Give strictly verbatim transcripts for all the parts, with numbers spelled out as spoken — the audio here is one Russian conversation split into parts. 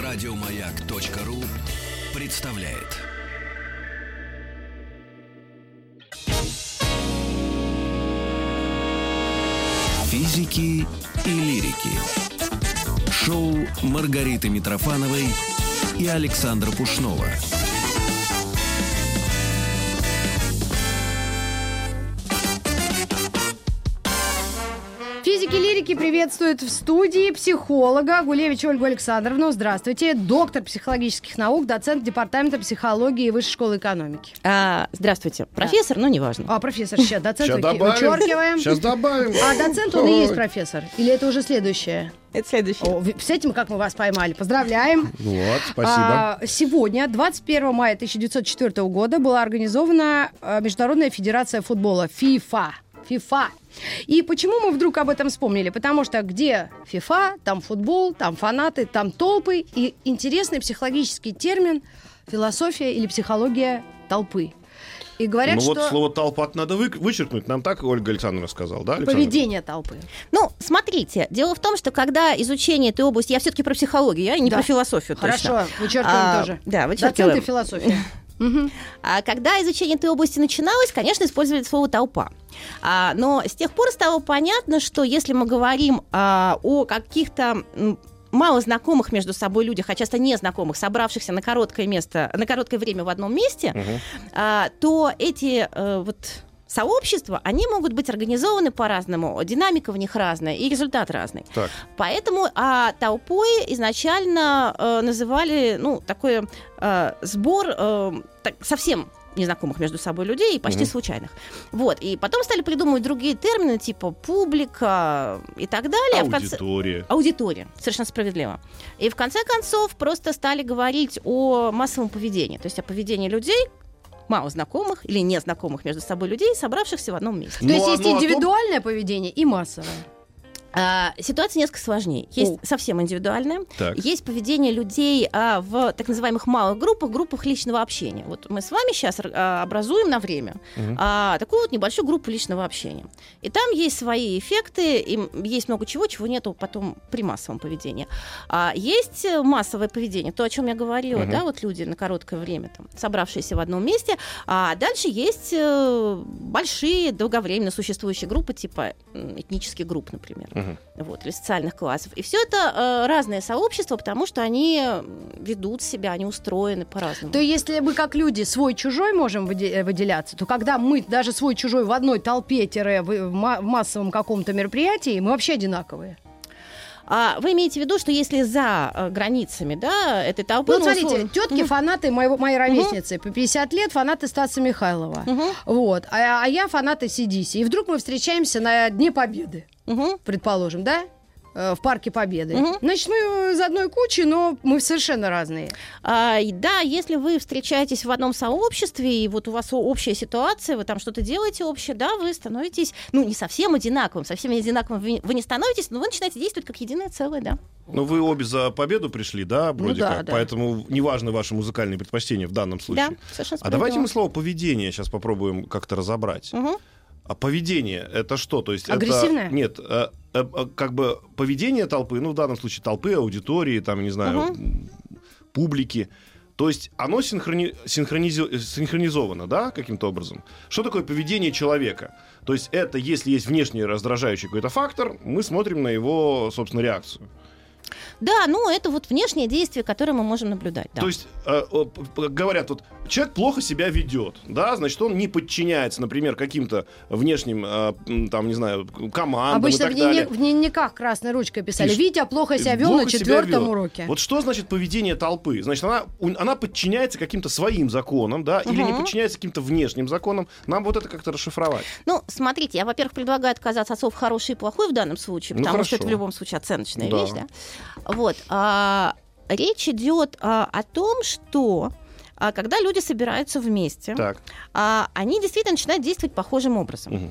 Радиомаяк.ру представляет. Физики и лирики. Шоу Маргариты Митрофановой и Александра Пушнова. Физики-лирики приветствуют в студии психолога Гулевич Ольгу Александровну. Здравствуйте. Доктор психологических наук, доцент департамента психологии и Высшей школы экономики. А, здравствуйте. Профессор, да. Но неважно. А, профессор, сейчас доцент сейчас вычеркиваем. Сейчас добавим. А доцент он и есть профессор? Или это уже следующее? Это следующее. О, с этим, как мы вас поймали. Поздравляем. Вот, спасибо. А, сегодня, двадцать первого мая тысяча девятьсот четвёртого года, была организована Международная федерация футбола ФИФА. ФИФА. И почему мы вдруг об этом вспомнили? Потому что где ФИФА, там футбол, там фанаты, там толпы. И интересный психологический термин философия или психология толпы. И говорят, ну что... вот слово «толпа» надо вы, вычеркнуть. Нам так Ольга Александровна сказала, да, Александра? Поведение толпы. Ну, смотрите, дело в том, что когда изучение этой области... Я все-таки про психологию, я не да. про философию. Хорошо, точно. вычеркиваем а, тоже. Да, вычеркиваем. Доцент и философия. Угу. А когда изучение этой области начиналось, конечно, использовали слово «толпа». А, но с тех пор стало понятно, что если мы говорим а, о каких-то мало знакомых между собой людях, а часто незнакомых, собравшихся на короткое место, на короткое время в одном месте, угу. а, то эти а, вот... сообщества, они могут быть организованы по-разному, динамика в них разная и результат разный. Так. Поэтому а, толпой изначально э, называли ну, такой э, сбор э, так, совсем незнакомых между собой людей и почти угу. случайных. Вот. И потом стали придумывать другие термины, типа публика и так далее. Аудитория. А в конце... Аудитория. Совершенно справедливо. И в конце концов просто стали говорить о массовом поведении, то есть о поведении людей, мало знакомых или незнакомых между собой людей, собравшихся в одном месте. То есть ну, есть ну, индивидуальное том... поведение и массовое. А, ситуация несколько сложнее. Есть О. совсем индивидуальное. Так. Есть поведение людей а, в так называемых малых группах, группах личного общения. Вот мы с вами сейчас а, образуем на время угу. а, такую вот небольшую группу личного общения. И там есть свои эффекты, и есть много чего, чего нету потом при массовом поведении. А, есть массовое поведение, то, о чем я говорила, угу. да, вот люди на короткое время там, собравшиеся в одном месте. А дальше есть большие долговременно существующие группы, типа этнических групп, например. Угу. Вот, или социальных классов. И все это э, разные сообщества, потому что они ведут себя, они устроены по-разному. То если мы как люди свой-чужой можем выделяться, то когда мы даже свой-чужой в одной толпе-в массовом каком-то мероприятии, мы вообще одинаковые. А вы имеете в виду, что если за э, границами, да, этой толпы... Ну, смотрите, условно... тетки, угу. фанаты моего, моей ровесницы, угу. по пятьдесят лет, фанаты Стаса Михайлова. Угу. Вот. А, а я фанаты Си-Ди-Си. И вдруг мы встречаемся на Дне Победы, угу. предположим, да? В Парке Победы. Угу. Значит, мы из одной кучи, но мы совершенно разные. А, да, если вы встречаетесь в одном сообществе, и вот у вас общая ситуация, вы там что-то делаете общее, да, вы становитесь, ну, не совсем одинаковым, совсем одинаковым вы, вы не становитесь, но вы начинаете действовать как единое целое, да. Ну, вы обе за победу пришли, да, вроде ну, да, как, да. поэтому неважно ваши музыкальные предпочтения в данном случае. Да, совершенно а давайте мы слово «поведение» сейчас попробуем как-то разобрать. Угу. А поведение — это что? То есть агрессивное? Это, нет, э, э, как бы поведение толпы, ну, в данном случае толпы, аудитории, там, не знаю, угу. публики. То есть оно синхрони... синхронизи... синхронизовано, да, каким-то образом? Что такое поведение человека? То есть это, если есть внешний раздражающий какой-то фактор, мы смотрим на его, собственно, реакцию. Да, ну это вот внешнее действие, которое мы можем наблюдать. Да. То есть э, э, говорят, вот человек плохо себя ведет, да, значит, он не подчиняется, например, каким-то внешним, э, там, не знаю, командам. Обычно и так в, дневник, далее. в дневниках красной ручкой писали: Пиш... Витя плохо себя вел плохо на четвертом вел. уроке. Вот что значит поведение толпы? Значит, она, она подчиняется каким-то своим законам, да, угу. или не подчиняется каким-то внешним законам. Нам вот это как-то расшифровать. Ну, смотрите, я, во-первых, предлагаю отказаться от слов «хороший» и «плохой» в данном случае, ну, потому хорошо. что это в любом случае оценочная да. вещь, да. Вот. А, речь идет а, о том, что а, когда люди собираются вместе, а, они действительно начинают действовать похожим образом. Угу.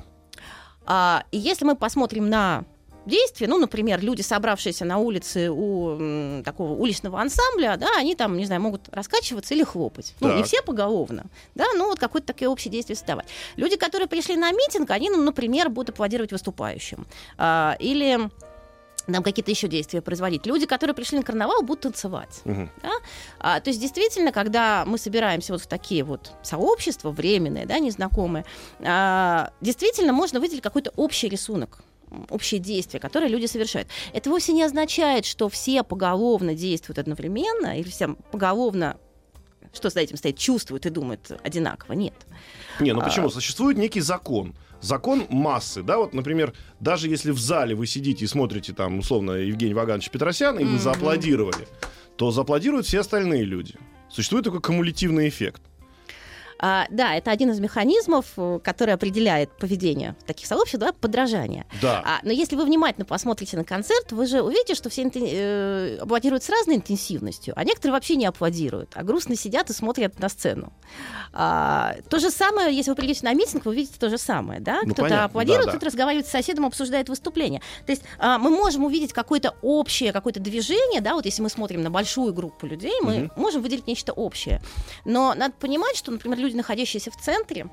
А, и если мы посмотрим на действия, ну, например, люди, собравшиеся на улице у м, такого уличного ансамбля, да, они там, не знаю, могут раскачиваться или хлопать. Ну, так. не все поголовно, да, ну, вот какое-то такое общее действие создавать. Люди, которые пришли на митинг, они, ну, например, будут аплодировать выступающим. А, или... нам какие-то еще действия производить. Люди, которые пришли на карнавал, будут танцевать. Uh-huh. Да? А, то есть, действительно, когда мы собираемся вот в такие вот сообщества временные, да, незнакомые, а, действительно можно выделить какой-то общий рисунок, общие действия, которые люди совершают. Это вовсе не означает, что все поголовно действуют одновременно, или все поголовно, что за этим стоит, чувствуют и думают одинаково. Нет. Не, ну почему? Существует некий закон. Закон массы, да, вот, например, даже если в зале вы сидите и смотрите, там, условно, Евгения Вагановича Петросяна, и вы mm-hmm. зааплодировали, то зааплодируют все остальные люди. Существует такой кумулятивный эффект. А, да, это один из механизмов, который определяет поведение в таких сообществах, да, подражание. Да. А, но если вы внимательно посмотрите на концерт, вы же увидите, что все интен... э, аплодируют с разной интенсивностью, а некоторые вообще не аплодируют, а грустно сидят и смотрят на сцену. А, то же самое, если вы придете на митинг, вы увидите то же самое. Да? Ну, кто-то понятно. аплодирует, да, кто-то да. разговаривает с соседом, обсуждает выступление. То есть а, мы можем увидеть какое-то общее, какое-то движение, да, вот если мы смотрим на большую группу людей, мы угу. можем выделить нечто общее. Но надо понимать, что, например, люди, находящиеся в центре,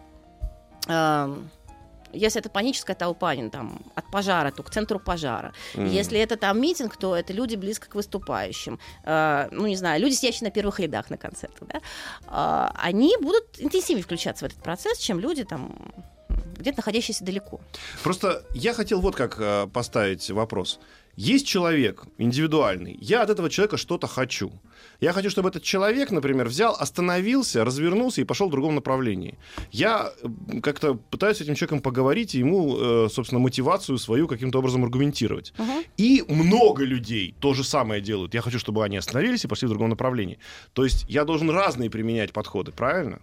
э, если это паническая толпа, там, от пожара, то к центру пожара. Mm. Если это там митинг, то это люди близко к выступающим. Э, ну, не знаю, люди, сидящие на первых рядах на концертах, да, э, они будут интенсивнее включаться в этот процесс, чем люди, там, где-то находящиеся далеко. Просто я хотел вот как э, поставить вопрос. Есть человек индивидуальный, я от этого человека что-то хочу. Я хочу, чтобы этот человек, например, взял, остановился, развернулся и пошел в другом направлении. Я как-то пытаюсь с этим человеком поговорить и ему, собственно, мотивацию свою каким-то образом аргументировать. Uh-huh. И много людей то же самое делают. Я хочу, чтобы они остановились и пошли в другом направлении. То есть я должен разные применять подходы, правильно?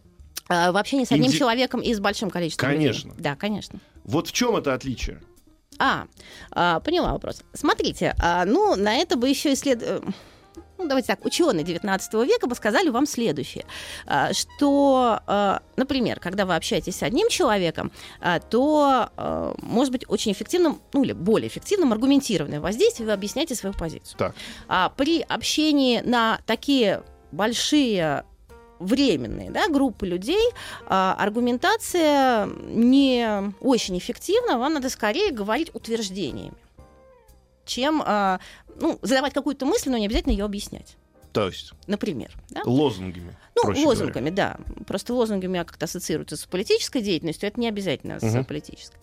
А, вообще не с одним Инди... человеком и с большим количеством конечно. людей. Да, конечно. Вот в чем это отличие? А, а, поняла вопрос. Смотрите, а, ну, на это бы еще исслед... Ну, давайте так, ученые девятнадцатого века бы сказали вам следующее, а, что, а, например, когда вы общаетесь с одним человеком, а, то а, может быть очень эффективным, ну, или более эффективным аргументированное воздействие, вы объясняете свою позицию. Так. А при общении на такие большие временные, да, группы людей, а, аргументация не очень эффективна, вам надо скорее говорить утверждениями, чем а, ну, задавать какую-то мысль, но не обязательно ее объяснять. То есть? Например. Да? Лозунгами. Ну, лозунгами, говоря. Да. Просто лозунгами как-то ассоциируются с политической деятельностью, это не обязательно угу. с политической.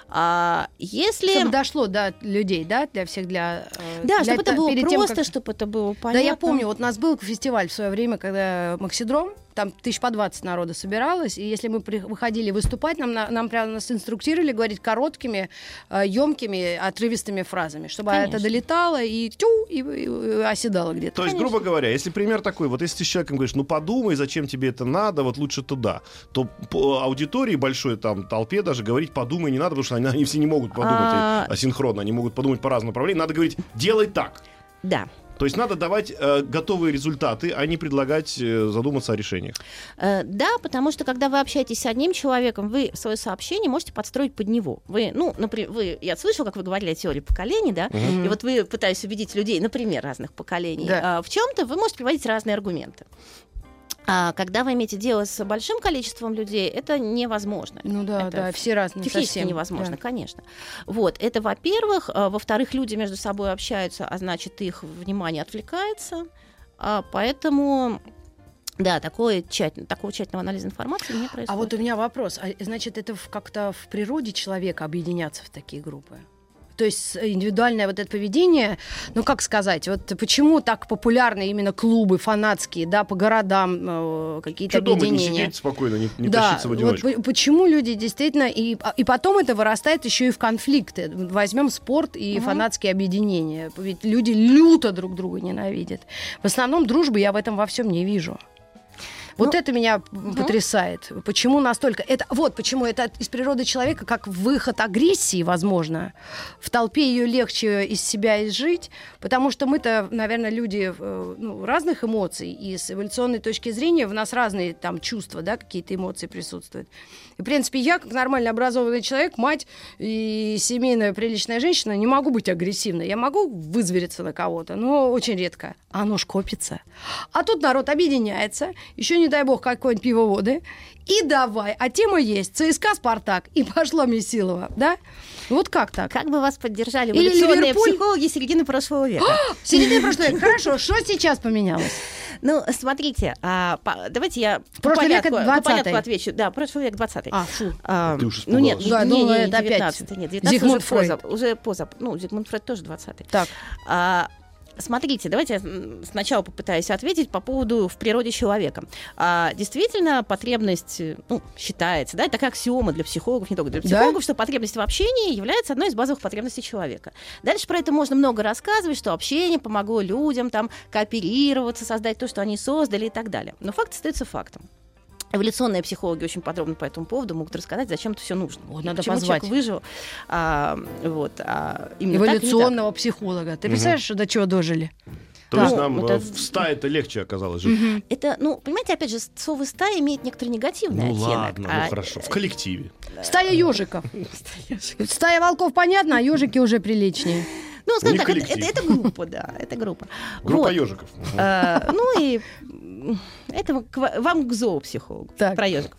А если... Чтобы дошло до людей, да, для всех, для... Да, для чтобы это было тем, просто, как... чтобы это было понятно. Да, я помню, вот у нас был фестиваль в свое время, когда Максидром, там тысяч по двадцать народа собиралось, и если мы при... выходили выступать, нам, нам прямо нас инструктировали говорить короткими, емкими, отрывистыми фразами, чтобы Конечно. Это долетало и тю, и, и, и оседало где-то. То есть, Конечно. грубо говоря, если пример такой, вот если ты с человеком говоришь, ну подумай, зачем тебе это надо, вот лучше туда, то по аудитории большой, там, толпе даже говорить подумай не надо, потому что они, они все не могут подумать а... асинхронно, они могут подумать по разному направлению, надо говорить делай так. Да. То есть надо давать э, готовые результаты, а не предлагать э, задуматься о решениях. Э, да, потому что когда вы общаетесь с одним человеком, вы свое сообщение можете подстроить под него. Вы, ну, например, вы, я слышала, как вы говорили о теории поколений, да, uh-huh. и вот вы пытаетесь убедить людей, например, разных поколений, да. э, в чем-то, вы можете приводить разные аргументы. А когда вы имеете дело с большим количеством людей, это невозможно. Ну да, это да, все разные. Технически совсем. невозможно, да. конечно. Вот, это во-первых. Во-вторых, люди между собой общаются, а значит, их внимание отвлекается. А поэтому... Да, такое тщательно, такого тщательного анализа информации не происходит. А вот у меня вопрос. А, значит, это как-то в природе человека объединяться в такие группы? То есть индивидуальное вот это поведение, ну, как сказать, вот почему так популярны именно клубы фанатские, да, по городам, э, какие-то Что объединения. Дома не сидеть спокойно, не, не да, тащиться в одиночку. Вот почему люди действительно... И, и потом это вырастает еще и в конфликты. Возьмем спорт и угу. фанатские объединения. Ведь люди люто друг друга ненавидят. В основном дружбы я в этом во всем не вижу. Вот ну, это меня угу. потрясает. Почему настолько... Это, вот почему это из природы человека как выход агрессии, возможно. В толпе ее легче из себя изжить, потому что мы-то, наверное, люди ну, разных эмоций, и с эволюционной точки зрения в нас разные там чувства, да, какие-то эмоции присутствуют. И, в принципе, я, как нормально образованный человек, мать и семейная приличная женщина, не могу быть агрессивной. Я могу вызвериться на кого-то, но очень редко. Оно ж копится. А тут народ объединяется, еще не дай бог, какой-нибудь пивоводы. И давай. А тема есть. ЦСКА, Спартак. И пошло Месилова, да? Вот как так? Как бы вас поддержали Или эволюционные Ливерпуль? психологи середины прошлого века? Середина прошлого века. Хорошо, что сейчас поменялось? Ну, смотрите, а, по, давайте я по Прошлый век порядку, это по двадцатый. порядку отвечу. Да, прошлый век двадцатый. А, фу. А, Ты уж ну нет, Да, не, думала, не, это опять девятнадцатый, нет, девятнадцатый Зигмунд уже поза, Фрейд. уже поза, ну, Зигмунд Фрейд тоже двадцатый. Так. А, смотрите, давайте я сначала попытаюсь ответить по поводу в природе человека. А, действительно, потребность, ну, считается, да, это такая аксиома для психологов, не только для психологов, да? Что потребность в общении является одной из базовых потребностей человека. Дальше про это можно много рассказывать, что общение помогло людям там кооперироваться, создать то, что они создали и так далее. Но факт остается фактом. Эволюционные психологи очень подробно по этому поводу могут рассказать, зачем это все нужно. Вот, надо почему позвать. человек выжил. А, вот, а, именно Эволюционного так, психолога. Ты представляешь, угу. до чего дожили? То да. есть нам ну, это... это... в стае-то легче оказалось жить. Угу. Это, ну, понимаете, опять же, слово «стая» имеет некоторый негативный ну, оттенок. Ладно, а... ну хорошо, в коллективе. Стая ежиков. Стая волков, понятно, а ежики уже приличнее. Ну, скажем так, это, это, это группа, да, это группа. Группа вот. ежиков. А, ну и это к, вам к зоопсихологу так. про ежиков.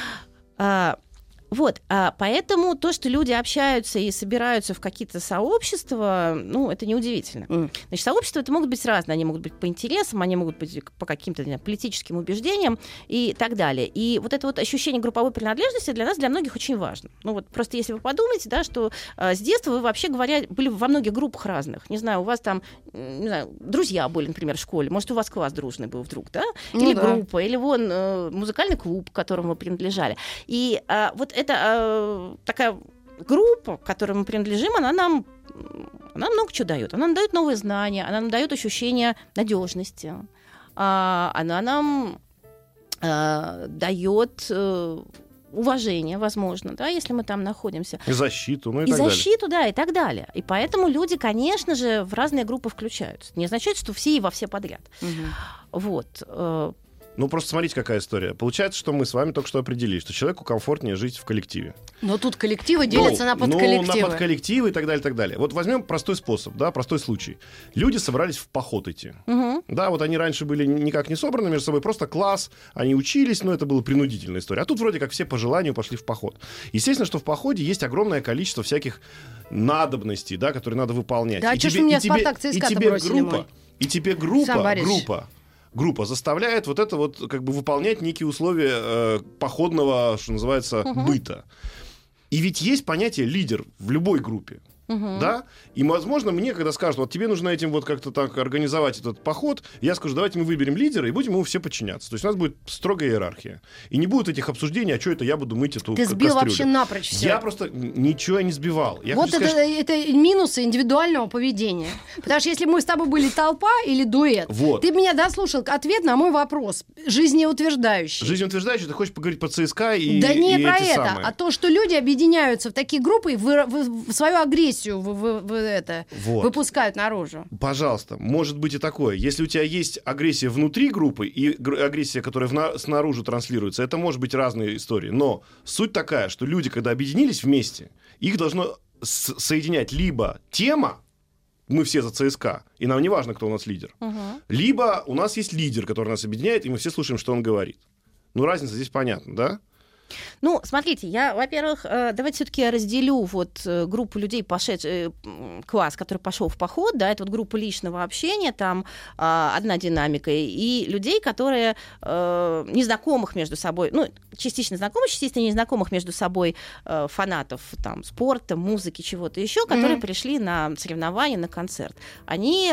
А, вот, а, поэтому то, что люди общаются и собираются в какие-то сообщества, ну, это неудивительно. Mm. Значит, сообщества это могут быть разные, они могут быть по интересам, они могут быть по каким-то знаю, политическим убеждениям и так далее. И вот это вот ощущение групповой принадлежности для нас, для многих очень важно. Ну, вот просто если вы подумаете, да, что а, с детства вы, вообще говоря, были во многих группах разных. Не знаю, у вас там, не знаю, друзья были, например, в школе, может, у вас класс дружный был вдруг, да? Или ну, группа, да. или вон э, музыкальный клуб, к которому вы принадлежали. И а, вот это э, такая группа, к которой мы принадлежим, она нам, она много чего дает. Она нам дает новые знания, она нам дает ощущение надежности, а, она нам а, дает а, уважение, возможно, да, если мы там находимся. И защиту, ну и, и так далее. И защиту, да, и так далее. И поэтому люди, конечно же, в разные группы включаются. Не означает, что все и во все подряд. Угу. Вот. Ну, просто смотрите, какая история. Получается, что мы с вами только что определили, что человеку комфортнее жить в коллективе. Но тут коллективы делятся ну, на подколлективы. Ну, на подколлективы и так далее, и так далее. Вот возьмем простой способ, да, простой случай. Люди собрались в поход идти. Угу. Да, вот они раньше были никак не собраны между собой, просто класс, они учились, но это была принудительная история. А тут вроде как все по желанию пошли в поход. Естественно, что в походе есть огромное количество всяких надобностей, да, которые надо выполнять. Да, и что тебе, ж меня и тебе, Спартак ЦСКА-то и тебе бросили группа, мой. И тебе группа, группа, группа заставляет вот это вот как бы выполнять некие условия э, походного, что называется, uh-huh. быта. И ведь есть понятие лидер в любой группе. Uh-huh. Да? И, возможно, мне, когда скажут, вот тебе нужно этим вот как-то так организовать этот поход, я скажу, давайте мы выберем лидера и будем ему все подчиняться. То есть у нас будет строгая иерархия. И не будет этих обсуждений, а что это я буду мыть эту Ты кастрюлю. сбил вообще напрочь все. Я просто ничего не сбивал. Я вот это, сказать, это минусы индивидуального поведения. Потому что если мы с тобой были толпа или дуэт, вот. Ты меня дослушал ответ на мой вопрос. Жизнеутверждающий. Жизнеутверждающий, ты хочешь поговорить про ЦСКА и Да не и про эти это, самые. а то, что люди объединяются в такие группы и в, в, в свою агрессию в, в, в это, вот. выпускают наружу. Пожалуйста, может быть и такое. Если у тебя есть агрессия внутри группы и агрессия, которая вна- снаружи транслируется, это может быть разные истории. Но суть такая, что люди, когда объединились вместе, их должно с- соединять либо тема, мы все за ЦСКА, и нам не важно, кто у нас лидер, угу. либо у нас есть лидер, который нас объединяет, и мы все слушаем, что он говорит. Ну, разница здесь понятна, да? Ну, смотрите, я, во-первых, давайте все-таки разделю вот группу людей, пошедших, класс, который пошел в поход, да, это вот группа личного общения, там одна динамика, и людей, которые незнакомых между собой, ну, частично знакомых, частично незнакомых между собой фанатов там спорта, музыки, чего-то еще, которые mm-hmm. пришли на соревнования, на концерт. Они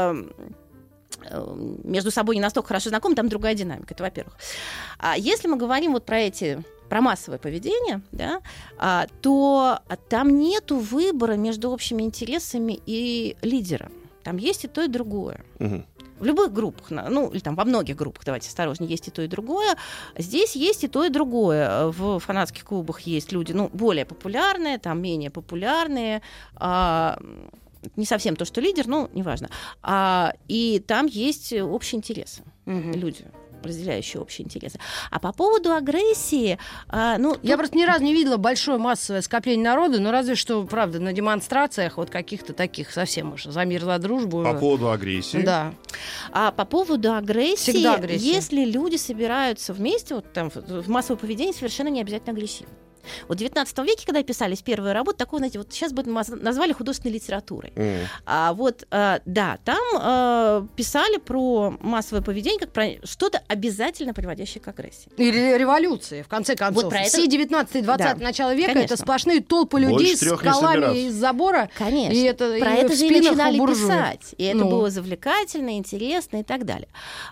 между собой не настолько хорошо знакомы, там другая динамика, это во-первых. А если мы говорим вот про эти, про массовое поведение, да, а, то там нету выбора между общими интересами и лидером. Там есть и то, и другое. Угу. В любых группах, ну, или там во многих группах, давайте осторожнее, есть и то, и другое. Здесь есть и то, и другое. В фанатских клубах есть люди, ну, более популярные, там менее популярные, а, не совсем то, что лидер, ну, неважно. А, и там есть общие интересы. Угу. Люди. разделяющие общие интересы. А по поводу агрессии... А, ну, Я тут... просто ни разу не видела большое массовое скопление народа, но разве что, правда, на демонстрациях вот каких-то таких совсем уж за мир, за дружбу. По поводу агрессии. Да. А по поводу агрессии, Всегда агрессия. Если люди собираются вместе, вот там в массовое поведение совершенно не обязательно агрессивно. Вот в девятнадцатом веке, когда писались первые работы, такое, знаете, вот сейчас бы назвали художественной литературой. Mm. А вот, а, да, там а, писали про массовое поведение, как про что-то обязательно приводящее к агрессии. Или революции, в конце концов. Вот про это... Все девятнадцатый-двадцатый да. начало века Конечно. это сплошные толпы людей с колами из забора. Конечно. И это, про и это же и начинали писать. И это ну. было завлекательно, интересно и так далее.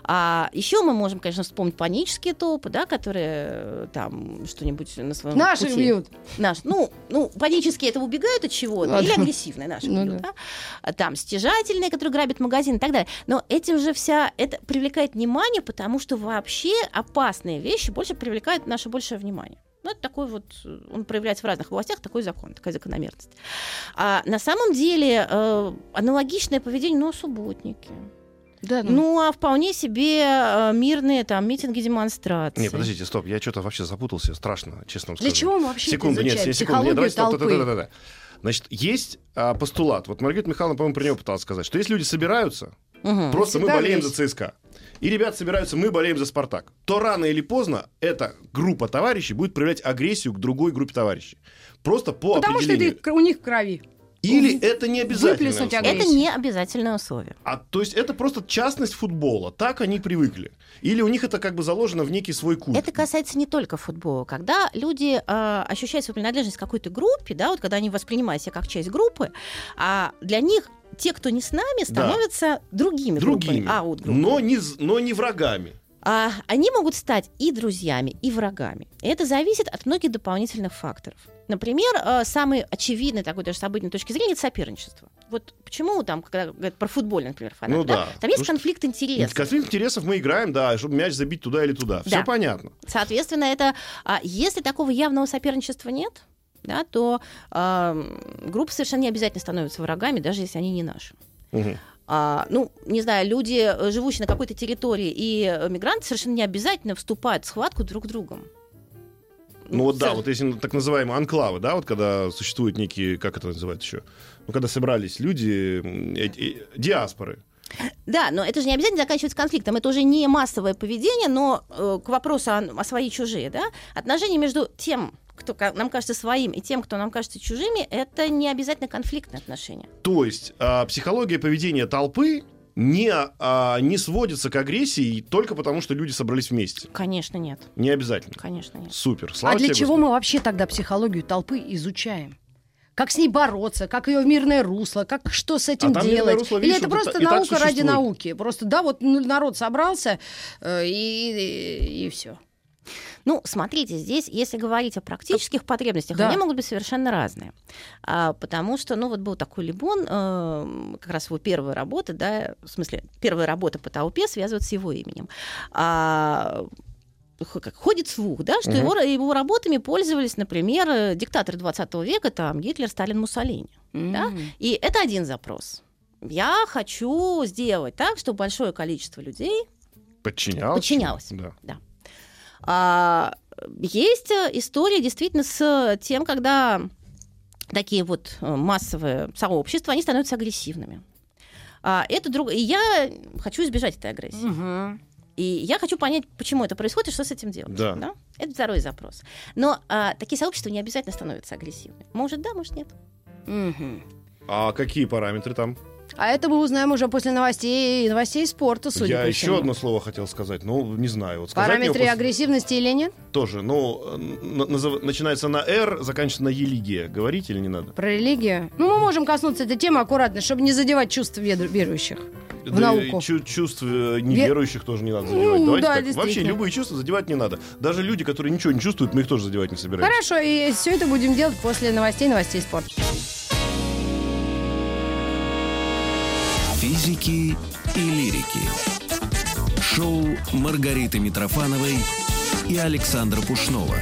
А еще мы можем, конечно, вспомнить панические толпы, да, которые там что-нибудь на своем Наши пути. бьют. Наш, ну, ну, панические это убегают от чего-то, или агрессивные наши ну, бьют, да. Да? Там стяжательные, которые грабят магазин и так далее. Но этим же вся это привлекает внимание, потому что вообще опасные вещи больше привлекают наше большее внимание. Ну, это такой вот, он проявляется в разных областях, такой закон, такая закономерность. А на самом деле э, аналогичное поведение, ну, субботники. Да, ну. ну, а вполне себе э, мирные там митинги, демонстрации. Не, подождите, стоп, я что-то вообще запутался, страшно, честно вам скажу. Для чего мы вообще секунду, это изучаем? Нет, секунду, Психологию нет, давайте, толпы? Да, да, да, да. Значит, есть а, постулат, вот Маргарита Михайловна, по-моему, про него пыталась сказать, что если люди собираются, угу. просто мы болеем есть. за ЦСКА, и ребята собираются, мы болеем за Спартак, то рано или поздно эта группа товарищей будет проявлять агрессию к другой группе товарищей. Просто по Потому определению. что это у них в крови. Или это не обязательно. Это не обязательное условие. А, то есть это просто частность футбола. Так они привыкли. Или у них это как бы заложено в некий свой культ. Это касается не только футбола. Когда люди э, ощущают свою принадлежность к какой-то группе, да, вот когда они воспринимают себя как часть группы, а для них те, кто не с нами, становятся да. другими, другими группами. А, вот группами. Но, не, но не врагами. А, они могут стать и друзьями, и врагами. И это зависит от многих дополнительных факторов. Например, самый очевидный такой даже событийной точки зрения — это соперничество. Вот почему там, когда говорят про футбольный, например, фанат, ну, да, да. там есть Потому конфликт интересов. Конфликт интересов мы играем, да, чтобы мяч забить туда или туда. Все да. понятно. Соответственно, это, если такого явного соперничества нет, да, то э, группы совершенно не обязательно становятся врагами, даже если они не наши. Угу. А, ну, не знаю, люди, живущие на какой-то территории, и мигранты совершенно не обязательно вступают в схватку друг с другом. Ну вот да, вот если так называемые анклавы, да, вот когда существуют некие, как это называется еще, ну когда собрались люди, э, э, диаспоры. Да, но это же не обязательно заканчивается конфликтом, это уже не массовое поведение, но э, к вопросу о, о свои чужие, да, отношения между тем, кто нам кажется своим, и тем, кто нам кажется чужими, это не обязательно конфликтные отношения. То есть э, психология поведения толпы не, а, не сводится к агрессии только потому, что люди собрались вместе? Конечно, нет. Не обязательно? Конечно, нет. Супер. Слава а для тебе, чего Господи. мы вообще тогда психологию толпы изучаем? Как с ней бороться, как ее в мирное русло, как что с этим а делать? Русло, Или видишь, это вот просто и наука ради существует. науки? Просто, да, вот народ собрался, э, и, и, и все. Ну, смотрите, здесь, если говорить о практических потребностях, да. они могут быть совершенно разные. А, потому что, ну, вот был такой Лебон, э, как раз его первая работа, да, в смысле, первая работа по толпе связывает с его именем. А, как ходит слух, да, что угу. его, его работами пользовались, например, диктаторы двадцатого века, там, Гитлер, Сталин, Муссолини. Mm. Да? И это один запрос. Я хочу сделать так, чтобы большое количество людей подчинялось. подчинялось. Да. Да. А, есть история действительно с тем, когда такие вот массовые сообщества, они становятся агрессивными. А, это друг... И я хочу избежать этой агрессии. Угу. И я хочу понять, почему это происходит и что с этим делать. Да. Да? Это второй запрос. Но а, такие сообщества не обязательно становятся агрессивными. Может, да, может, нет. Угу. А какие параметры там? А это мы узнаем уже после новостей, новостей спорта, судя Я по еще всему. одно слово хотел сказать, ну, не знаю. Вот сказать Параметры после... агрессивности или нет? Тоже, ну, назов... начинается на «Р», заканчивается на «Елигия». Говорить или не надо? Про религию? Ну, мы можем коснуться этой темы аккуратно, чтобы не задевать чувства верующих в да науку. Чу- чувств неверующих Вер... тоже не надо задевать. Ну, Давайте да, так. Вообще любые чувства задевать не надо. Даже люди, которые ничего не чувствуют, мы их тоже задевать не собираемся. Хорошо, и все это будем делать после новостей, новостей спорта. Физики и лирики. Шоу Маргариты Митрофановой и Александра Пушнова.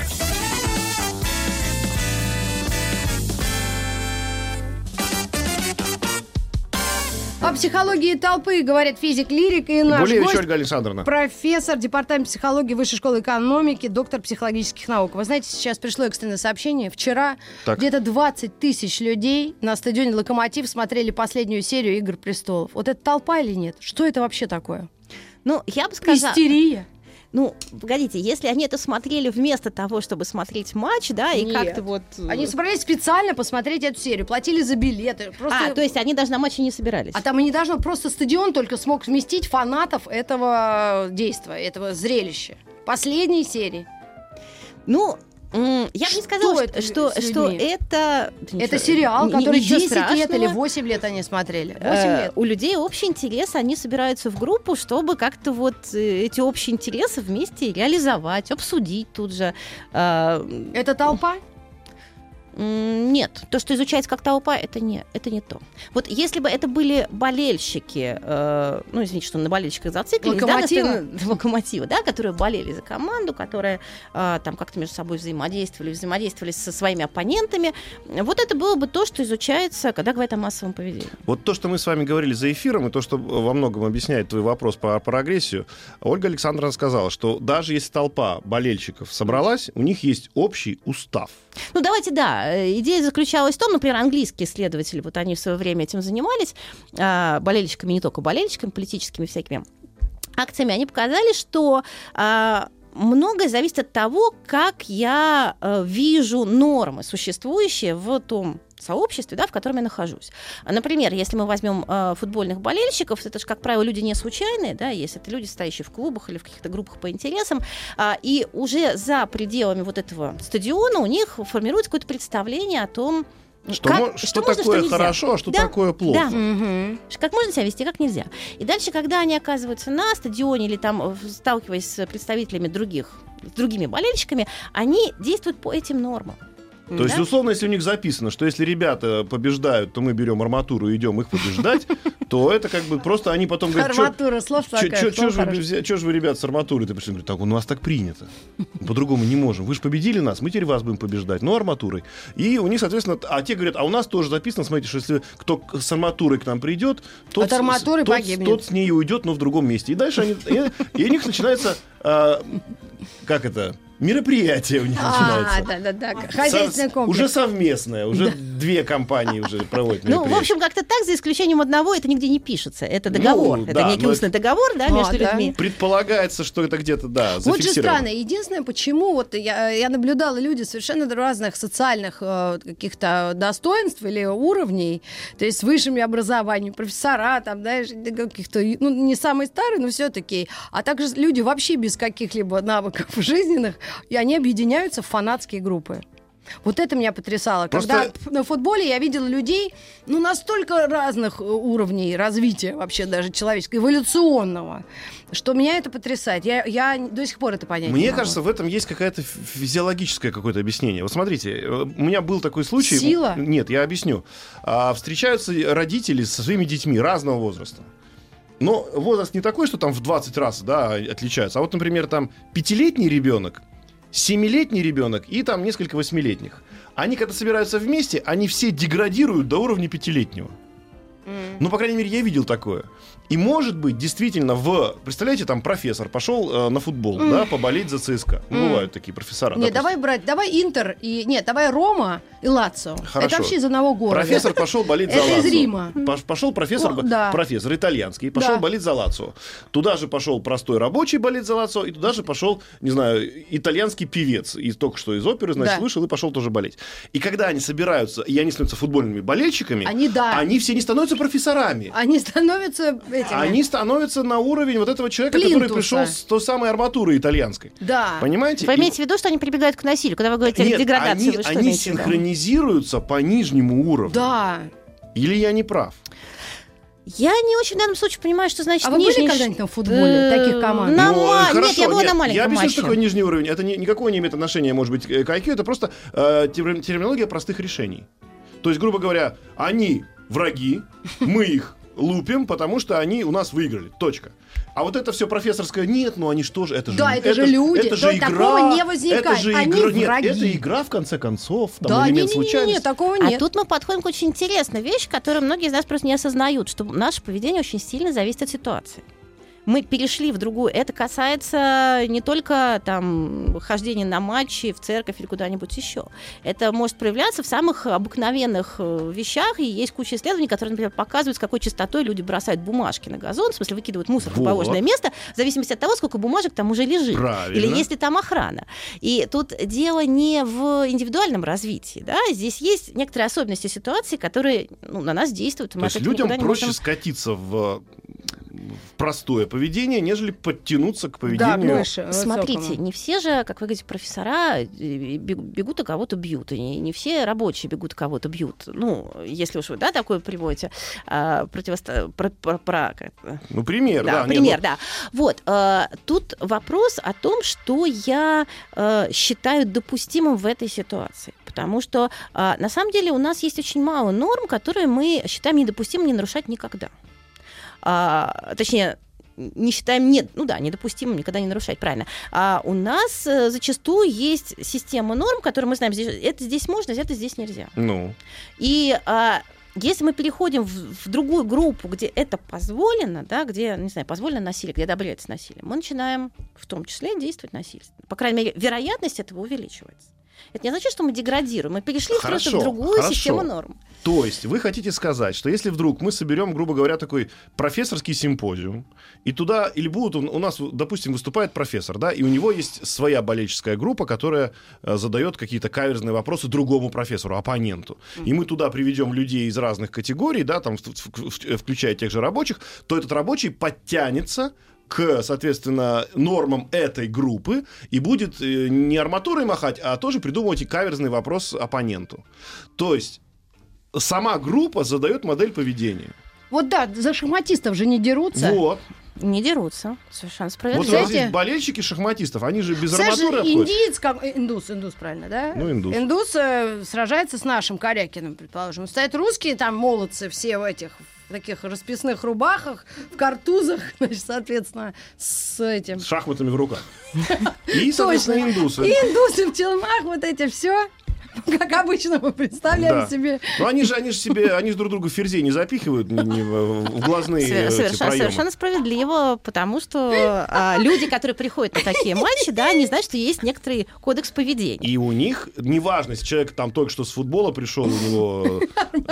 О психологии толпы говорит физик-лирик и наш Гулевич гость, Ольга Александровна. профессор департамента психологии Высшей школы экономики, доктор психологических наук. Вы знаете, сейчас пришло экстренное сообщение. Вчера Так. где-то двадцать тысяч людей на стадионе «Локомотив» смотрели последнюю серию «Игр престолов». Вот это толпа или нет? Что это вообще такое? Ну, я бы сказала... Истерия. Ну, погодите, если они это смотрели вместо того, чтобы смотреть матч, да, и Нет. как-то вот... Они собрались специально посмотреть эту серию, платили за билеты. Просто... А, то есть они даже на матче не собирались? А там и не должно, просто стадион только смог вместить фанатов этого действия, этого зрелища. Последней серии. Ну, м, я бы не сказала, Что что, это что, с что людьми? это... Это ничего- сериал, ни- который ничего десять лет страшного. или восемь лет они смотрели. восемь Э, лет. У людей общий интерес, они собираются в группу, чтобы как-то вот э, эти общие интересы вместе реализовать, обсудить тут же. Э, Это толпа? м, Нет, то, что изучается как толпа, это не, это не то. Вот если бы это были болельщики, э, ну, извините, что на болельщиках зациклились, да, Локомотива? на стороне Локомотива, да, которые болели за команду, которые э, там как-то между собой взаимодействовали, взаимодействовали со своими оппонентами, вот это было бы то, что изучается, когда говорят о массовом поведении. Вот то, что мы с вами говорили за эфиром, и то, что во многом объясняет твой вопрос про, про агрессию, Ольга Александровна сказала, что даже если толпа болельщиков собралась, у них есть общий устав. Ну, давайте, да. э, Идея заключалась в том, например, английские исследователи, вот они в свое время этим занимались, а, болельщиками, не только болельщиками, политическими всякими акциями, они показали, что а, многое зависит от того, как я а, вижу нормы, существующие в том сообществе, да, в котором я нахожусь. А, Например, если мы возьмем э, футбольных болельщиков, это же, как правило, люди не случайные, да, есть это люди, стоящие в клубах или в каких-то группах по интересам, а, и уже за пределами вот этого стадиона у них формируется какое-то представление о том, Что, как, мо- что можно, такое нельзя. хорошо, а что Да, такое плохо. Да. Мгм. Как можно себя вести, как нельзя. И дальше, когда они оказываются на стадионе или там в- сталкиваясь с представителями других, с другими болельщиками, они действуют по этим нормам. То есть, Да? условно, если у них записано, что если ребята побеждают, то мы берем арматуру и идем их побеждать, то это как бы просто они потом говорят, что Арматура, слов такая. же слово вы, хорошее. взя- чё ж вы, ребят, с арматурой-то пришли? Говорят, так у нас так принято. По-другому не можем. Вы же победили нас, мы теперь вас будем побеждать. Ну, арматурой. И у них, соответственно, а те говорят, а у нас тоже записано, смотрите, что если кто к- с арматурой к нам придет, тот, От арматуры с- тот, погибнет. тот с ней уйдет, но в другом месте. И дальше они, и, и у них начинается, а, как это, мероприятие у них А, начинается. да-да-да. Хозяйственный Со- комплекс. Уже совместное, уже две компании уже проводят Ну, мероприятие. в общем, как-то так, за исключением одного, это нигде не пишется. Это договор. Ну, это да, некий но устный договор, да, А, между да. людьми. Предполагается, что это где-то, да, Вот же зафиксировано. странно. Единственное, почему вот я, я наблюдала люди совершенно разных социальных э, каких-то достоинств или уровней, то есть с высшими образованиями, профессора, там, знаешь, каких-то, ну, не самые старые, но все-таки, а также люди вообще без каких-либо навыков жизненных, и они объединяются в фанатские группы. Вот это меня потрясало. Просто- Когда п- на футболе я видела людей, ну, настолько разных э, уровней развития вообще даже человеческого, эволюционного, что меня это потрясает. Я, я до сих пор это понять не Мне могу. кажется, в этом есть какое-то фи- физиологическое какое-то объяснение. Вот смотрите, э, у меня был такой случай. Сила? Нет, я объясню. А, встречаются родители со своими детьми разного возраста. Но возраст не такой, что там в двадцать раз, да, отличаются. А вот, например, там пятилетний ребенок, семилетний ребенок и там несколько восьмилетних. Они, когда собираются вместе, они все деградируют до уровня пятилетнего. Ну, по крайней мере, я видел такое. И, может быть, действительно, в... Представляете, там профессор пошел э, на футбол, да, поболеть за ЦСКА. Ну, бывают такие профессора. Нет, допустим. давай брать, давай Интер и... Нет, давай Рома и Лацио. Хорошо. Это вообще из одного города. Профессор пошел болеть за Это из Лацио. Рима. Пош- Пошел профессор, Ну, да. профессор итальянский, пошел Да. болеть за Лацио. Туда же пошел простой рабочий болеть за Лацио, и туда же пошел, не знаю, итальянский певец. И только что из оперы, значит, Да. вышел и пошел тоже болеть. И когда они собираются, и они становятся футбольными болельщиками, Они, да. они все не становятся профессорами. Они становятся этими... Они становятся на уровень вот этого человека, Плинтуса. который пришел с той самой арматуры итальянской. Да. Понимаете? Вы И- имеете в виду, что они прибегают к насилию? Когда вы говорите Нет, о деградации, они, вы что они имеете в виду? синхронизируются по нижнему уровню. Да. Или я не прав? Я не очень в данном случае понимаю, что значит А вы нижний были ш- когда-нибудь на футболе таких команд? На Ну, ма- хорошо, Нет, я была на маленьком Я объясню, матче. что такое нижний уровень. Это ни- никакого не имеет отношения, может быть, к ай кью. Это просто э, терм- терминология простых решений. То есть, грубо говоря, они враги, мы их лупим, потому что они у нас выиграли. Точка. А вот это все профессорское, нет, ну они что же, это же... Да, это, это же люди, это же игра, такого не возникает, это же они игра, враги. Нет, это игра, в конце концов, там да, элемент не, случайности. Не, не, не, такого нет. А тут мы подходим к очень интересной вещи, которую многие из нас просто не осознают, что наше поведение очень сильно зависит от ситуации. Мы перешли в другую. Это касается не только там хождения на матчи, в церковь или куда-нибудь еще. Это может проявляться в самых обыкновенных вещах. И есть куча исследований, которые, например, показывают, с какой частотой люди бросают бумажки на газон, в смысле выкидывают мусор вот. в положенное место, в зависимости от того, сколько бумажек там уже лежит. Правильно. Или есть ли там охрана. И тут дело не в индивидуальном развитии. Да? Здесь есть некоторые особенности ситуации, которые ну, на нас действуют. То есть людям проще можем... скатиться в... в простое поведение, нежели подтянуться к поведению. Да, больше, смотрите, не все же, как вы говорите, профессора бегут и кого-то бьют, и не, не все рабочие бегут и кого-то бьют. Ну, если уж вы, да, такое приводите, а, противосто... про, про, про... Ну, пример, да. Да, пример, нет, да. Вот, а, тут вопрос о том, что я а, считаю допустимым в этой ситуации. Потому что, а, на самом деле, у нас есть очень мало норм, которые мы считаем недопустимым не нарушать никогда. А, точнее, не считаем, нет, ну да, недопустимо никогда не нарушать, правильно. А у нас э, зачастую есть система норм, которые мы знаем, здесь, это здесь можно, это здесь нельзя. Ну. И а, если мы переходим в, в другую группу, где это позволено, да, где, не знаю, позволено насилие, где одобряется насилие, мы начинаем в том числе действовать насильственно. По крайней мере, вероятность этого увеличивается. Это не означает, что мы деградируем. Мы перешли хорошо, просто в другую хорошо. систему норм. То есть вы хотите сказать, что если вдруг мы соберем, грубо говоря, такой профессорский симпозиум, и туда, или будут, у нас, допустим, выступает профессор, да, и у него есть своя болельческая группа, которая э, задает какие-то каверзные вопросы другому профессору, оппоненту. Mm-hmm. И мы туда приведем людей из разных категорий, да, там, в, в, в, включая тех же рабочих, то этот рабочий подтянется к, соответственно, нормам этой группы и будет не арматурой махать, а тоже придумывать и каверзный вопрос оппоненту. То есть сама группа задает модель поведения. Вот да, за шахматистов же не дерутся. Вот. Не дерутся, совершенно справедливо. Вот у нас здесь болельщики шахматистов, они же без арматуры обходят. Индиец, как... индус, индус, правильно, да? Ну, индус. Индус э, сражается с нашим Корякиным, предположим. Стоят русские, там молодцы все в этих в таких расписных рубахах, в картузах, значит, соответственно, с этим... С шахматами в руках. И, соответственно, индусы. И индусы в челмах, вот эти все... Как обычно мы представляем да. себе. Ну они же, они же себе, они же друг другу ферзей не запихивают не, не в, в глазные совершенно, совершенно справедливо, потому что а, люди, которые приходят на такие матчи, да, они знают, что есть некоторый кодекс поведения. И у них, неважно, если человек там только что с футбола пришел, у него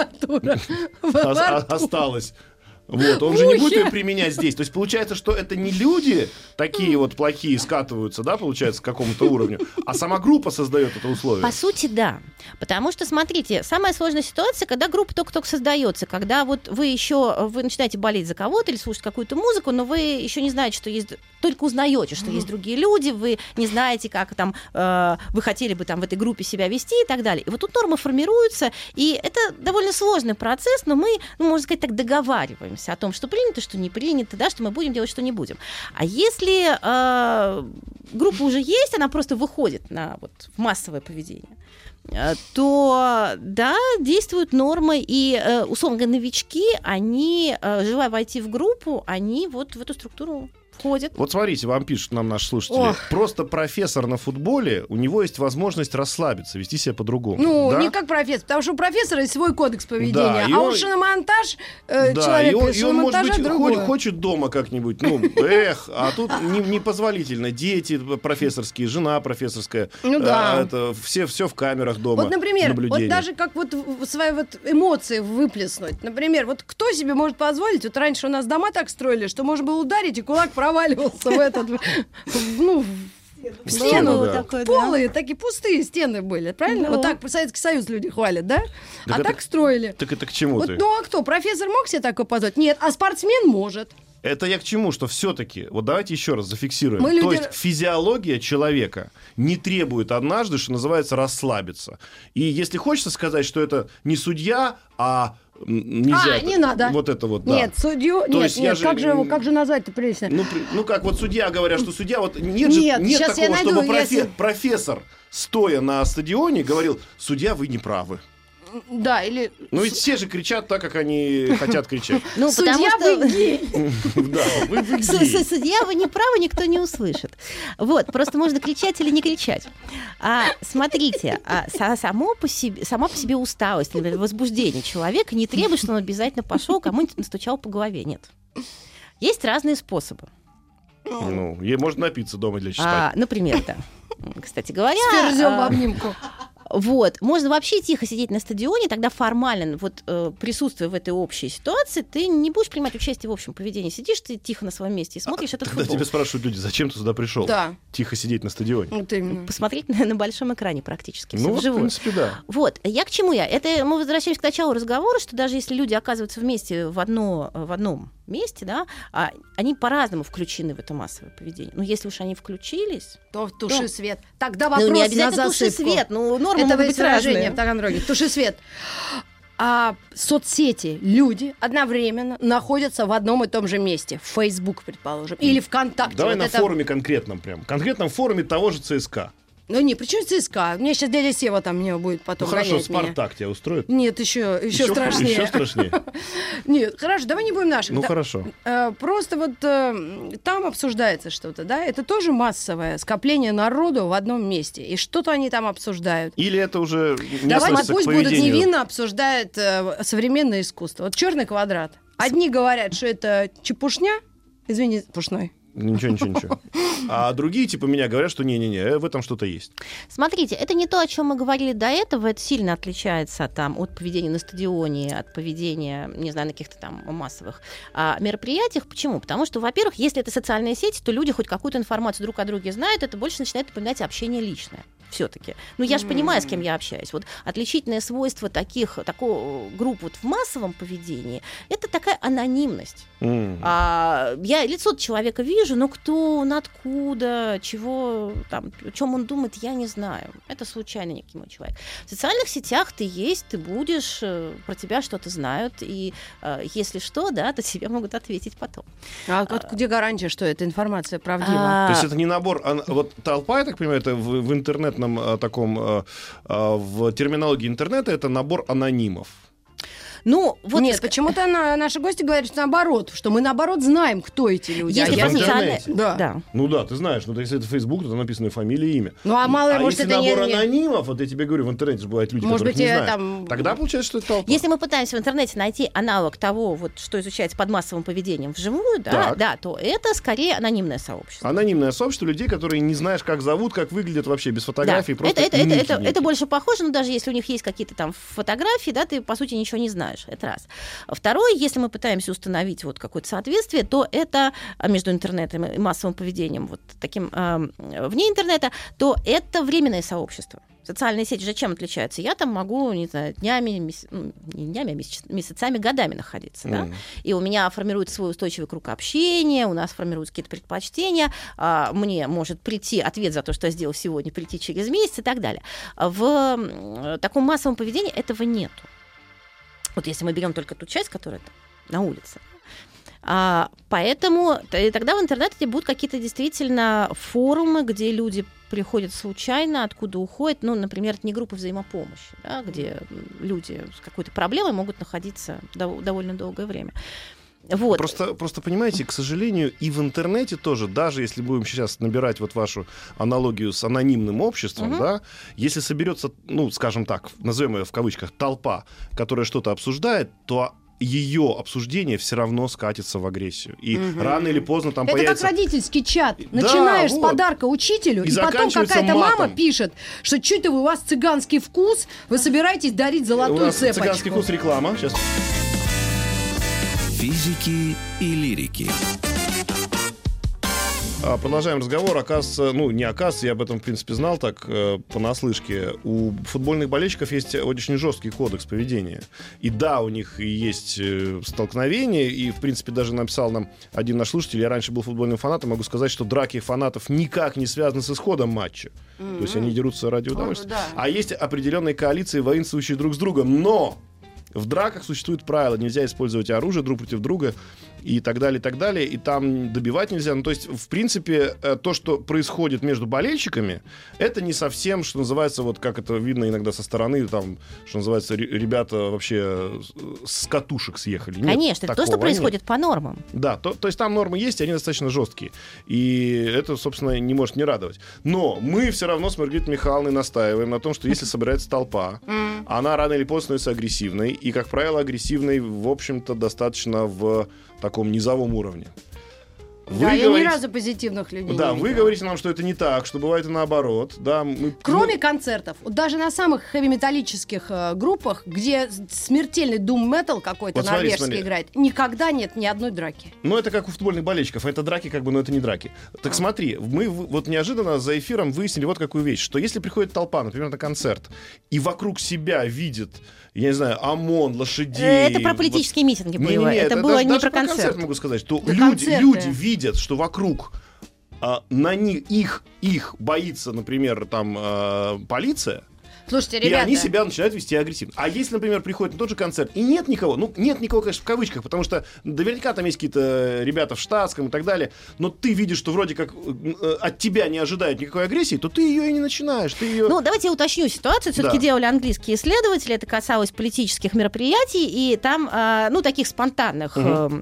осталось. Вот, он же не будет ее применять здесь. То есть получается, что это не люди такие вот плохие скатываются, да, получается, к какому-то уровню, а сама группа создает это условие. По сути, да. Потому что, смотрите, самая сложная ситуация, когда группа только-только создается, когда вот вы еще, вы начинаете болеть за кого-то или слушать какую-то музыку, но вы еще не знаете, что есть, только узнаете, что есть другие люди, вы не знаете, как там, э, вы хотели бы там в этой группе себя вести и так далее. И вот тут нормы формируются, и это довольно сложный процесс, но мы, ну, можно сказать так, договариваемся о том, что принято, что не принято, да, что мы будем делать, что не будем. А если э, группа уже есть, она просто выходит на вот, массовое поведение, э, то, да, действуют нормы, и, э, условно говоря, новички, они, э, желая войти в группу, они вот в эту структуру входят. Вот смотрите, вам пишут нам наши слушатели. Ох. Просто профессор на футболе, у него есть возможность расслабиться, вести себя по-другому. Ну, да? не как профессор, потому что у профессора есть свой кодекс поведения, да, а он... у шиномонтаж э, да, человек, и он, и он может быть, другое. хочет, хочет дома как-нибудь, ну, эх, а тут не, непозволительно. Дети профессорские, жена профессорская, ну, да. а, это все, все в камерах дома. Вот, например, наблюдения. вот даже как вот свои вот эмоции выплеснуть. Например, вот кто себе может позволить, вот раньше у нас дома так строили, что можно было ударить, и кулак проваливался в этот, ну, в стену, да. такой, полые, да. Такие пустые стены были, правильно? Ну. Вот так Советский Союз люди хвалят, да? Так а это, так строили. Так это к чему вот, ты? Ну а кто? Профессор мог себе такое позволить? Нет, а спортсмен может. Это я к чему? Что все-таки, вот давайте еще раз зафиксируем. Мы То люди... есть физиология человека не требует однажды, что называется, расслабиться. И если хочется сказать, что это не судья, а нельзя... А, не надо. Вот это вот, да. Нет, судью... То нет, нет, же... как, же, как же назвать-то прилично? Ну, ну как, вот судья, говорят, что судья... Вот нет, нет, же, нет такого, найду, чтобы профе... если... профессор, стоя на стадионе, говорил, судья, вы не правы. Да, или... Ну ведь все же кричат так, как они хотят кричать. Ну, Судья, потому что... вы гей! Да, вы вы С- гей. с- Судья, вы не правы, никто не услышит. Вот, просто можно кричать или не кричать. А, смотрите, а, са- само по себе, сама по себе усталость, или возбуждение человека не требует, что он обязательно пошел, кому-нибудь настучал по голове. Нет. Есть разные способы. Ну, ей можно напиться дома для А, чистоты. например, да. Кстати говоря... С ферзем в а, обнимку. Вот. Можно вообще тихо сидеть на стадионе, тогда формально, вот, э, присутствуя в этой общей ситуации, ты не будешь принимать участие в общем поведении. Сидишь ты тихо на своем месте и смотришь этот Тогда футбол. тебя спрашивают люди, зачем ты сюда пришел? Да. Тихо сидеть на стадионе. Вот именно. Посмотреть на, на большом экране практически, всё Ну, вот, в вживую. принципе, да. Вот, я к чему я? Это мы возвращаемся к началу разговора, что даже если люди оказываются вместе в, одно, в одном месте, да, а, они по-разному включены в это массовое поведение. Но если уж они включились, То туши Да. свет. Тогда вопрос ну не на обязательно туши засыпку. свет, ну нормы Это могут быть выражение разные. в Таганроге. Туши свет. А соцсети, люди одновременно находятся в одном и том же месте. В Facebook, предположим. Или ВКонтакте. Давай Вот на это- форуме конкретном прям. Конкретном форуме того же ЦСКА. Ну не, причем ЦСКА? Мне сейчас дядя Сева там мне будет Ну потом хорошо, гонять меня. Спартак тебя устроит? Нет, еще, еще, Ещё- страшнее. Еще страшнее. Нет, хорошо, давай не будем наших. Ну Да, хорошо. э, просто вот э, там обсуждается что-то, да? Это тоже массовое скопление народу в одном месте. И что-то они там обсуждают. Или это уже не Давайте относится к пусть будут поведению? невинно обсуждают э, современное искусство. Вот черный квадрат. Одни говорят, что это чепушня. Извини, пушной. Ничего, ничего, ничего. А другие, типа меня, говорят, что не-не-не, в этом что-то есть. Смотрите, это не то, о чем мы говорили до этого, это сильно отличается там, от поведения на стадионе, от поведения, не знаю, на каких-то там массовых а, мероприятиях. Почему? Потому что, во-первых, если это социальные сети, то люди хоть какую-то информацию друг о друге знают, это больше начинает напоминать общение личное. Все-таки. Ну, я же понимаю, с кем я общаюсь. Вот отличительное свойство таких, такого групп вот в массовом поведении — это такая анонимность. М. А, я лицо человека вижу, но кто он, откуда, чего, там, о чем он думает, я не знаю. Это случайно некий мой человек. В социальных сетях ты есть, ты будешь, э, про тебя что-то знают, и э, если что, да, то тебе могут ответить потом. А вот где гарантия, что эта информация правдива? А, То есть это не набор, а вот толпа, я так понимаю, это в, в интернетном а, таком, а, а, в терминологии интернета это набор анонимов. Ну, вот Нет, ск- почему-то на- наши гости говорят, что наоборот, что мы наоборот знаем, кто эти люди. если А в я про нет. социальные... интернете? Да. Да. Ну да, ты знаешь, ну если это Facebook, то там написано фамилия и имя. Ну а мало ли, А может, если это не... набор не- анонимов, вот я тебе говорю, в интернете же бывают люди, Может которых быть, не я знаешь. там- Тогда получается, что это толпа. Если мы пытаемся в интернете найти аналог того, вот, что изучается под массовым поведением вживую, да, Так. да, то это скорее анонимное сообщество. Анонимное сообщество людей, которые не знаешь, как зовут, как выглядят вообще, без фотографий, Да. просто это, это, это, ники это, некие. это больше похоже, но даже если у них есть какие-то там фотографии, да, ты, по сути, ничего не знаешь. Это раз. Второе, если мы пытаемся установить вот какое-то соответствие, то это а, между интернетом и массовым поведением, вот таким а, вне интернета, то это временное сообщество. Социальные сети же чем отличаются? Я там могу, не знаю, днями, меся... ну, не днями, а месяц... месяцами, годами находиться, да? Мгм. И у меня формируется свой устойчивый круг общения, у нас формируются какие-то предпочтения, а, мне может прийти ответ за то, что я сделал сегодня, прийти через месяц и так далее. В м, таком массовом поведении этого нету. Вот если мы берем только ту часть, которая там на улице. А, поэтому т- тогда в интернете будут какие-то действительно форумы, где люди приходят случайно, откуда уходят. Ну, например, это не группа взаимопомощи, да, где люди с какой-то проблемой могут находиться дов- довольно долгое время. Вот. Просто, просто понимаете, к сожалению, и в интернете тоже, даже если будем сейчас набирать вот вашу аналогию с анонимным обществом, Мгм. да, если соберется, ну, скажем так, назовем ее в кавычках, толпа, которая что-то обсуждает, то ее обсуждение все равно скатится в агрессию. И Мгм. рано или поздно там Это появится... как родительский чат. Да, Начинаешь вот. с подарка учителю, И и, потом заканчивается какая-то мама матом. пишет, что что-то у вас цыганский вкус, вы собираетесь дарить У золотую нас цепочку. цыганский вкус, реклама. Сейчас. Физики и лирики. А, Продолжаем разговор. Оказывается, ну, не оказывается, я об этом, в принципе, знал так, э, понаслышке. У футбольных болельщиков есть очень жесткий кодекс поведения. И да, у них и есть э, столкновения, и, в принципе, даже написал нам один наш слушатель, я раньше был футбольным фанатом, могу сказать, что драки фанатов никак не связаны с исходом матча. То есть они дерутся ради удовольствия. да. А есть определенные коалиции, воинствующие друг с другом. Но в драках существует правило, нельзя использовать оружие друг против друга, и так далее, и так далее, и там добивать нельзя. Ну, то есть, в принципе, то, что происходит между болельщиками, это не совсем, что называется, вот как это видно иногда со стороны, там, что называется, ребята вообще с катушек съехали. Нет, конечно, это то, что происходит нет. по нормам. Да, то, то есть там нормы есть, и они достаточно жесткие. И это, собственно, не может не радовать. Но мы все равно с Маргаритой Михайловной настаиваем на том, что если собирается толпа, mm. она рано или поздно становится агрессивной. И, как правило, агрессивной, в общем-то, достаточно в таком низовом уровне. Вы да, говорите... я ни разу позитивных людей Да, не вы видела. говорите нам, что это не так, что бывает и наоборот. Да, мы... Кроме мы... концертов, вот даже на самых хэви-металлических э, группах, где смертельный дум-метал какой-то вот норвежский смотри, смотри. играет, никогда нет ни одной драки. Ну, это как у футбольных болельщиков. Это драки, как бы, но это не драки. Так смотри, мы вот неожиданно за эфиром выяснили вот какую вещь, что если приходит толпа, например, на концерт, и вокруг себя видит, я не знаю, ОМОН, лошадей... Это про политические вот... митинги было. Не, не, не, это, это было даже, не даже про про концерт. концерт могу сказать, что да люди, люди видят, что вокруг а, на них, их, их боится, например, там а, полиция. Слушайте, и ребята... они себя начинают вести агрессивно. А если, например, приходит на тот же концерт, и нет никого, ну, нет никого, конечно, в кавычках, потому что наверняка там есть какие-то ребята в штатском и так далее, но ты видишь, что вроде как э, от тебя не ожидают никакой агрессии, то ты ее и не начинаешь. Ты ее... Ну, давайте я уточню ситуацию. Все-таки да. делали английские исследователи, это касалось политических мероприятий, и там, э, ну, таких спонтанных... Угу.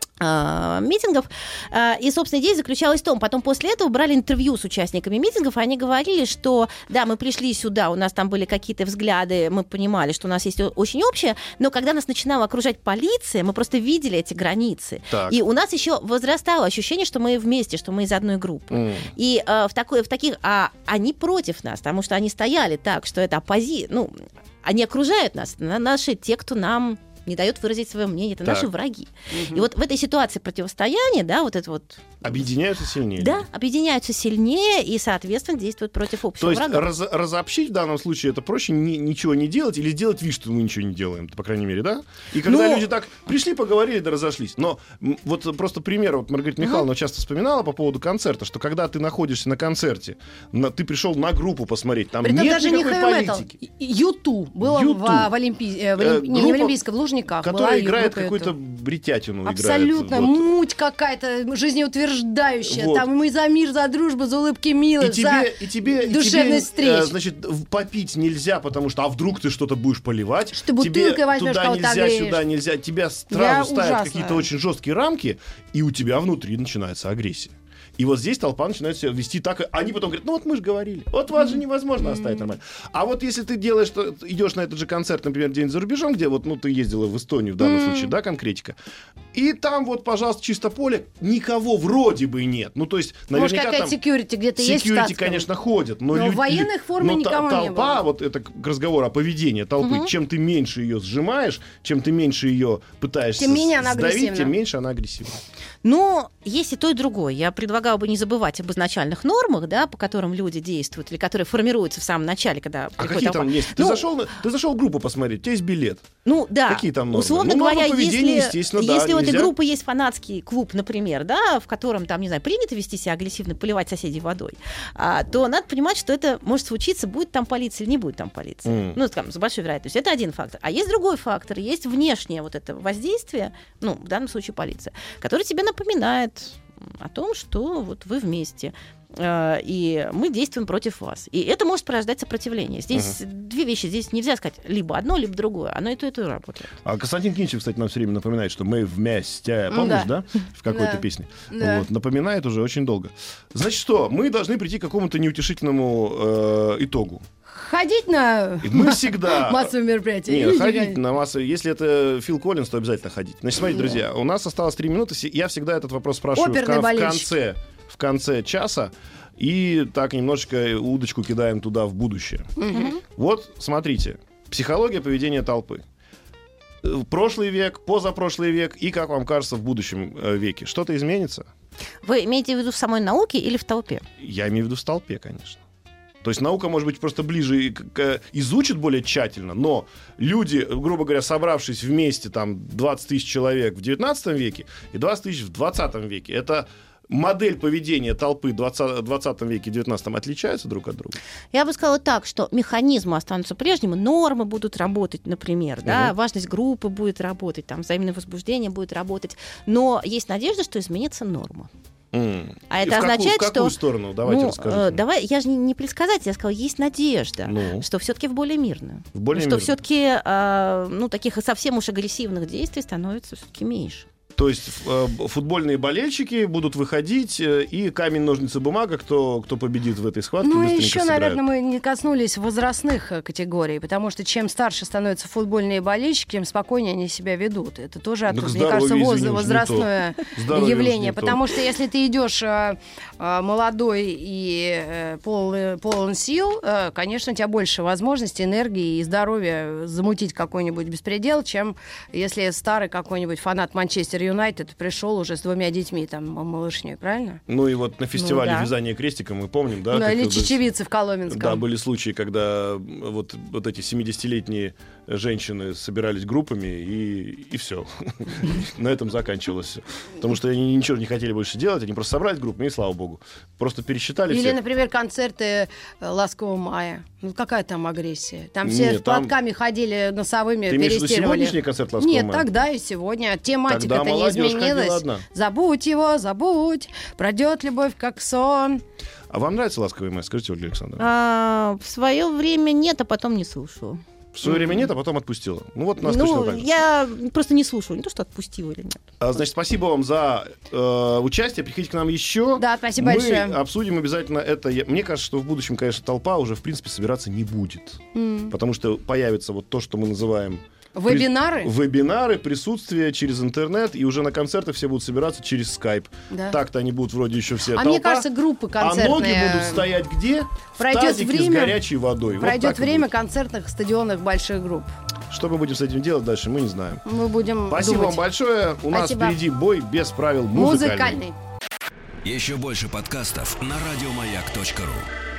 Э, митингов. И, собственно, идея заключалась в том, потом после этого брали интервью с участниками митингов, и они говорили, что да, мы пришли сюда, у нас там были какие-то взгляды, мы понимали, что у нас есть очень общее, но когда нас начинала окружать полиция, мы просто видели эти границы. Так. И у нас еще возрастало ощущение, что мы вместе, что мы из одной группы. Mm. И э, в, такой, в таких... А они против нас, потому что они стояли так, что это оппозиция... Ну, они окружают нас, наши, те, кто нам... не дает выразить свое мнение, это так. Наши враги. Угу. И вот в этой ситуации противостояния, да, вот это вот... Объединяются сильнее. Да, люди. Объединяются сильнее и, соответственно, действуют против общего врага. То есть раз, разобщить в данном случае это проще ни, ничего не делать или сделать вид, что мы ничего не делаем, по крайней мере, да? И когда Но... люди так пришли, поговорили, да разошлись. Но вот просто пример, вот Маргарита Михайловна угу. часто вспоминала по поводу концерта, что когда ты находишься на концерте, на, ты пришел на группу посмотреть, там Притом нет даже никакой не политики. Юту было юту. в, в, Олимпи... э, в, Олимп... э, не, не в Олимпийском, в Лужниках. Которая играет какую-то бретятину. Абсолютно. Играет, вот. Муть какая-то, жизнеутверждающая. Вот. Там мы за мир, за дружбу, за улыбки милых, и тебе, за и тебе, душевные и тебе, встречи. Значит, попить нельзя, потому что, а вдруг ты что-то будешь поливать? Что бутылкой тебе возьмешь, туда кого-то нельзя, огреешь. сюда нельзя. Тебя сразу Я ставят ужасно. какие-то очень жесткие рамки, и у тебя внутри начинается агрессия. И вот здесь толпа начинает себя вести так, они потом говорят, ну вот мы же говорили, вот вас же невозможно оставить нормально. А вот если ты делаешь, что идешь на этот же концерт, например, где-нибудь за рубежом, где вот, ну, ты ездила в Эстонию в данном случае, да, конкретика, и там вот, пожалуйста, чисто поле, никого вроде бы нет. Ну, то есть, наверняка Может, какая-то security где-то есть в security, штатском? конечно, ходят, но, но люд... в военных форме но никого толпа, не было. вот это к разговору о поведении толпы, угу. чем ты меньше ее сжимаешь, чем ты меньше ее пытаешься тем менее она сдавить, агрессивна. тем меньше она агрессивна. Но есть и то, и другое. Я предлагала бы не забывать об изначальных нормах, да, по которым люди действуют, или которые формируются в самом начале, когда а приходит какие толпа. там есть? Ну, ты, зашел, ты зашел в группу посмотреть, у тебя есть билет. Ну, да. Какие там нормы? Условно ну, говоря, поведения, если, естественно, если да, у этой нельзя. группы есть фанатский клуб, например, да, в котором там, не знаю, принято вести себя агрессивно, поливать соседей водой, а, то надо понимать, что это может случиться, будет там полиция или не будет там полиция. Mm. Ну, там, с большой вероятностью. Это один фактор. А есть другой фактор. Есть внешнее вот это воздействие, ну, в данном случае полиция, которое тебе напоминает о том, что вот вы вместе, э, и мы действуем против вас. И это может порождать сопротивление. Здесь uh-huh. две вещи. Здесь нельзя сказать либо одно, либо другое. Оно и то, и то работает. А Константин Кинчев, кстати, нам все время напоминает, что мы вместе. Помнишь, да? да? В какой-то да. песне. Да. Вот. Напоминает уже очень долго. Значит что? Мы должны прийти к какому-то неутешительному э, итогу. Ходить на мы всегда... массовые мероприятия. Нет, ходить ходить на массовые. Если это Фил Коллинз, то обязательно ходить. Значит, смотрите, друзья, у нас осталось три минуты. Я всегда этот вопрос спрашиваю в, кон- в, конце, в конце часа. И так немножечко удочку кидаем туда в будущее. Угу. Вот, смотрите. Психология поведения толпы. Прошлый век, позапрошлый век и, как вам кажется, в будущем веке. Что-то изменится? Вы имеете в виду в самой науке или в толпе? Я имею в виду в толпе, конечно. То есть наука, может быть, просто ближе к, к, изучит более тщательно, но люди, грубо говоря, собравшись вместе, там, двадцать тысяч человек в девятнадцатом веке и двадцать тысяч в двадцатом веке, это модель поведения толпы в двадцатом веке и девятнадцатом отличаются друг от друга? Я бы сказала так, что механизмы останутся прежними, нормы будут работать, например, угу. да, важность группы будет работать, там, взаимное возбуждение будет работать, но есть надежда, что изменится норма. Mm. А И это в означает, какую, в какую что... сторону? Давайте ну, расскажите. Э, давай, я же не, не предсказатель, я сказала, есть надежда, ну. что все-таки в более мирную. В более что мирную. все-таки э, ну, таких совсем уж агрессивных действий становится все-таки меньше. То есть э, футбольные болельщики будут выходить, э, и камень, ножницы, бумага, кто, кто победит в этой схватке, Ну, быстренько еще, сыграют. наверное, мы не коснулись возрастных э, категорий, потому что чем старше становятся футбольные болельщики, тем спокойнее они себя ведут. Это тоже, Так оттуда, мне кажется, здоровье, воз- извини, уж не возрастное то. Здоровье уж явление. не то. Потому что если ты идешь э, э, молодой и э, пол- полон сил, э, конечно, у тебя больше возможностей, энергии и здоровья замутить какой-нибудь беспредел, чем если старый какой-нибудь фанат Манчестер Юнайтед пришел уже с двумя детьми, там, малышней, правильно? Ну и вот на фестивале Ну, да. вязания крестиком мы помним, да? Ну, как или это- чечевицы в Коломенском. Да, были случаи, когда вот, вот эти семидесятилетние женщины собирались группами, и, и все. На этом заканчивалось все. Потому что они ничего не хотели больше делать, они просто собрались группами, и слава богу. Просто пересчитали Или, всех. например, концерты э, «Ласкового мая». Ну, какая там агрессия? Там все Нет, с там- платками ходили, носовыми Ты имеешь в виду перестирывали. сегодняшний концерт «Ласкового Нет, мая»? тогда и сегодня. Тематика-то Тогда не молодежь ходила изменилась. одна. Забудь его, забудь. Пройдет любовь, как сон. А вам нравится «Ласковый май»? Скажите, Ольга Александровна. А, в свое время нет, а потом не слушаю. В свое время нет, а потом отпустила. Ну вот нас точно Ну, так же. я просто не слушаю, не то, что отпустила или нет. А, Значит, спасибо вам за э, участие. Приходите к нам еще. Да, спасибо Мы большое. обсудим обязательно это. Я- Мне кажется, что в будущем, конечно, толпа уже, в принципе, собираться не будет. М. Потому что появится вот то, что мы называем... Вебинары? При- Вебинары, присутствие через интернет, и уже на концерты все будут собираться через скайп. Да. Так-то они будут вроде еще все А толпа. мне кажется, группы А ноги концертные... будут стоять где? Пройдет в тазике время- с горячей водой. Вот Пройдет так и время будет. концертных стадионных больших групп. Что мы будем с этим делать дальше, мы не знаем. Мы будем Спасибо думать. вам большое. У нас Спасибо. впереди бой без правил музыкальный. Музыкальный. Еще больше подкастов на радиомаяк точка ру.